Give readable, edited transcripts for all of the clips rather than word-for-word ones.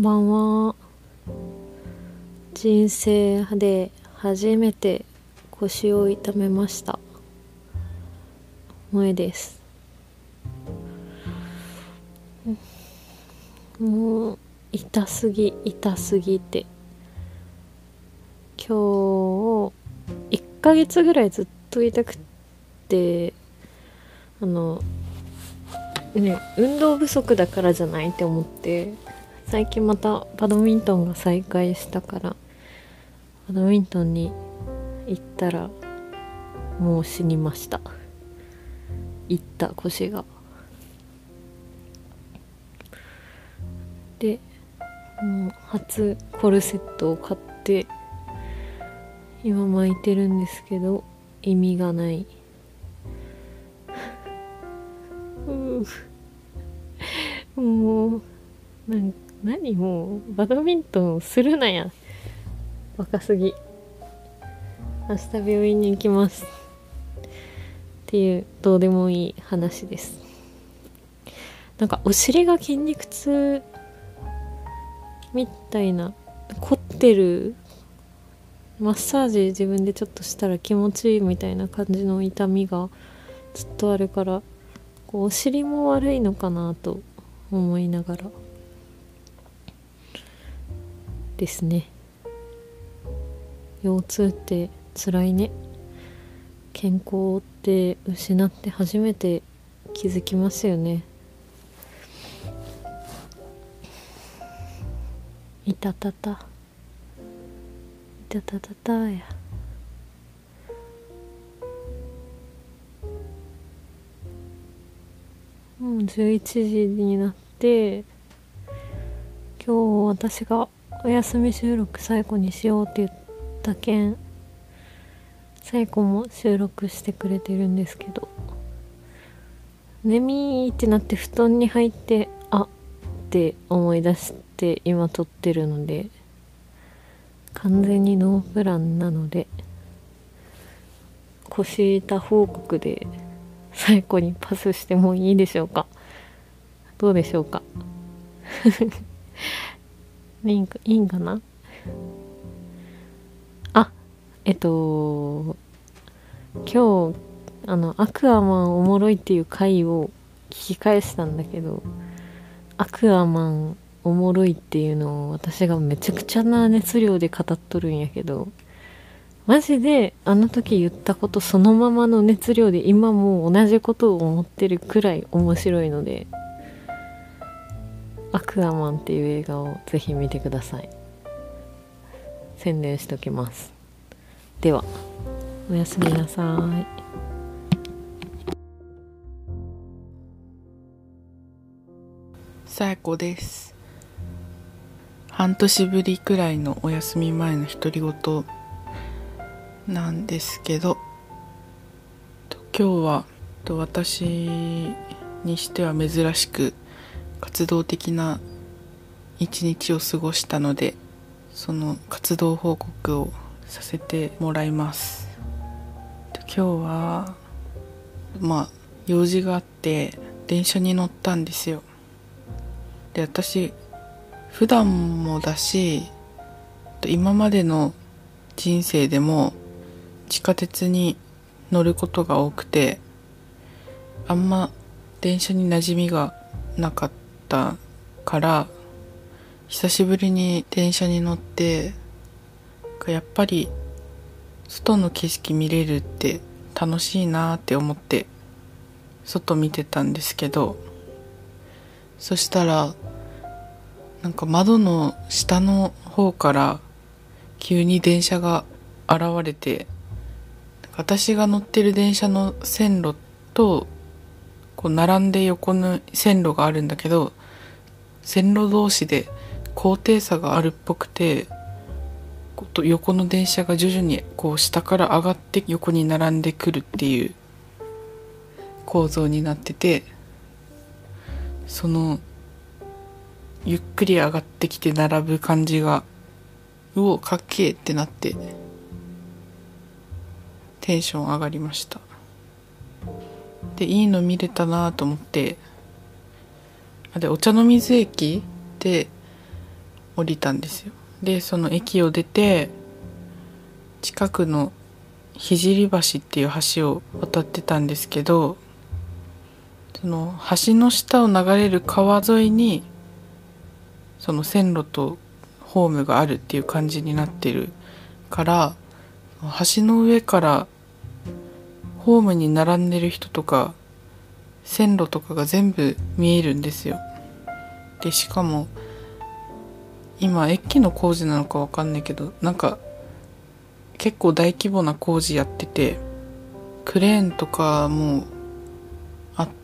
ばんは。人生で初めて腰を痛めました。萌えです。もう痛すぎて、今日1ヶ月ぐらいずっと痛くて、運動不足だからじゃないって思って、最近またバドミントンが再開したからバドミントンに行ったらもう死にました。痛った腰が。でもう初コルセットを買って今巻いてるんですけど意味がないもう何もうバドミントンするなや、バカすぎ。明日病院に行きますっていうどうでもいい話です。お尻が筋肉痛みたいな、凝ってる、マッサージ自分でちょっとしたら気持ちいいみたいな感じの痛みがずっとあるから、お尻も悪いのかなと思いながらですね。腰痛って辛いね。健康って失って初めて気づきますよね。いたたたいたたたたや。もう11時になって、今日私がお休み収録最後にしようって言った件、最後も収録してくれてるんですけど、眠いってなって布団に入ってって思い出して今撮ってるので、完全にノープランなので、腰痛報告で最後にパスしてもいいでしょうか。どうでしょうかいいんかな。今日アクアマンおもろいっていう回を聞き返したんだけど、アクアマンおもろいっていうのを私がめちゃくちゃな熱量で語っとるんやけど、マジであの時言ったことそのままの熱量で今も同じことを思ってるくらい面白いので、アクアマンっていう映画をぜひ見てください。宣伝しときます。ではおやすみなさい。 さやこです。半年ぶりくらいのお休み前の独り言なんですけど、今日は私にしては珍しく活動的な一日を過ごしたので、その活動報告をさせてもらいます。今日は用事があって電車に乗ったんですよ。で、私普段もだし今までの人生でも地下鉄に乗ることが多くて、あんま電車に馴染みがなかったから、久しぶりに電車に乗ってやっぱり外の景色見れるって楽しいなって思って外見てたんですけど、そしたら窓の下の方から急に電車が現れて、私が乗ってる電車の線路と並んで横の線路があるんだけど、線路同士で高低差があるっぽくて、横の電車が徐々に下から上がって横に並んでくるっていう構造になってて、そのゆっくり上がってきて並ぶ感じがかっけーってなってテンション上がりました。で、いいの見れたなと思って、で、お茶の水駅で降りたんですよ。でその駅を出て近くの聖橋っていう橋を渡ってたんですけど、その橋の下を流れる川沿いにその線路とホームがあるっていう感じになってるから、橋の上からホームに並んでる人とか線路とかが全部見えるんですよ。でしかも今駅の工事なのかわかんないけど、なんか結構大規模な工事やってて、クレーンとかもあって、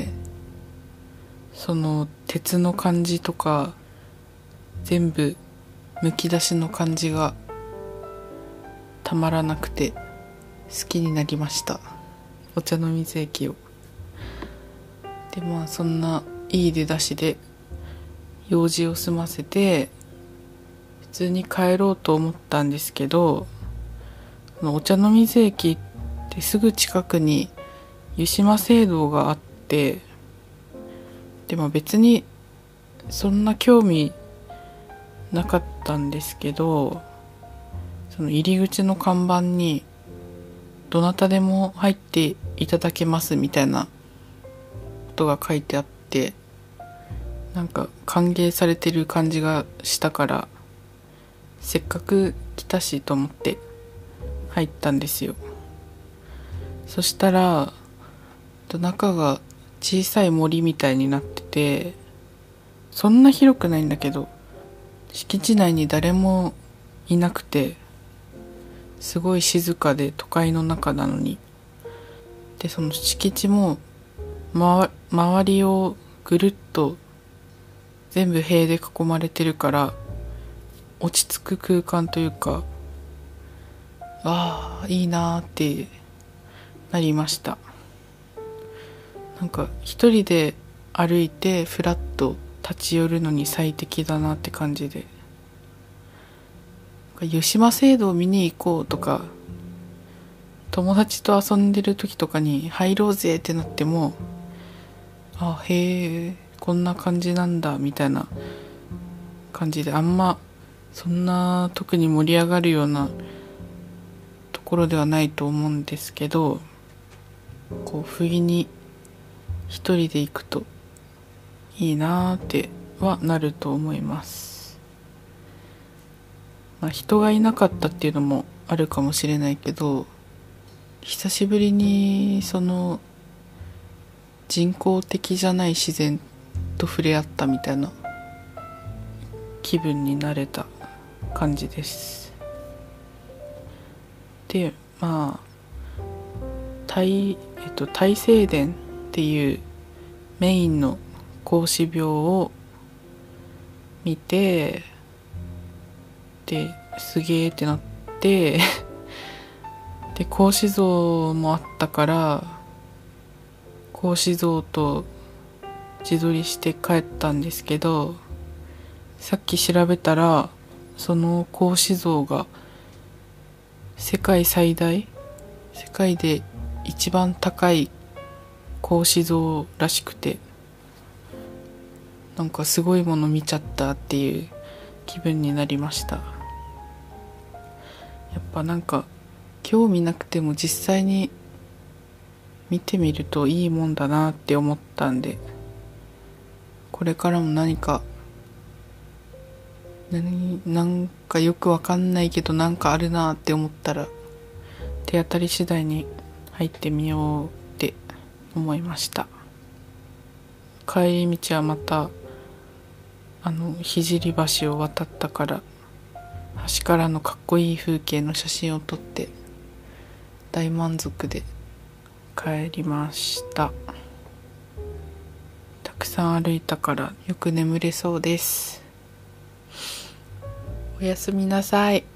その鉄の感じとか全部むき出しの感じがたまらなくて好きになりました、お茶の水駅を。でまあそんないい出だしで用事を済ませて普通に帰ろうと思ったんですけど、お茶の水駅ってすぐ近くに湯島聖堂があって、でも別にそんな興味なかったんですけど、その入り口の看板にどなたでも入っていただけますみたいなことが書いてあって、なんか歓迎されてる感じがしたから、せっかく来たしと思って入ったんですよ。そしたら中が小さい森みたいになってて、そんな広くないんだけど敷地内に誰もいなくて、すごい静かで都会の中なのに。でその敷地も周りをぐるっと全部塀で囲まれてるから落ち着く空間というか、ああいいなーってなりました。なんか一人で歩いてフラッと立ち寄るのに最適だなって感じで、湯島聖堂を見に行こうとか友達と遊んでる時とかに入ろうぜってなっても、あへえこんな感じなんだみたいな感じで、あんまそんな特に盛り上がるようなところではないと思うんですけど、こう不意に一人で行くといいなーってはなると思います。まあ、人がいなかったっていうのもあるかもしれないけど、久しぶりにその人工的じゃない自然と触れ合ったみたいな気分になれた感じです。でまあ大聖殿っていうメインの孔子廟を見て、ですげーってなってで孔子像もあったから孔子像と自撮りして帰ったんですけど、さっき調べたらその孔子像が世界で一番高い孔子像らしくて、なんかすごいもの見ちゃったっていう気分になりました。やっぱなんか興味なくても実際に見てみるといいもんだなって思ったんで、これからもなんかよくわかんないけどなんかあるなって思ったら手当たり次第に入ってみようって思いました。帰り道はまた聖橋を渡ったから橋からのかっこいい風景の写真を撮って大満足で帰りました。たくさん歩いたからよく眠れそうです。おやすみなさい。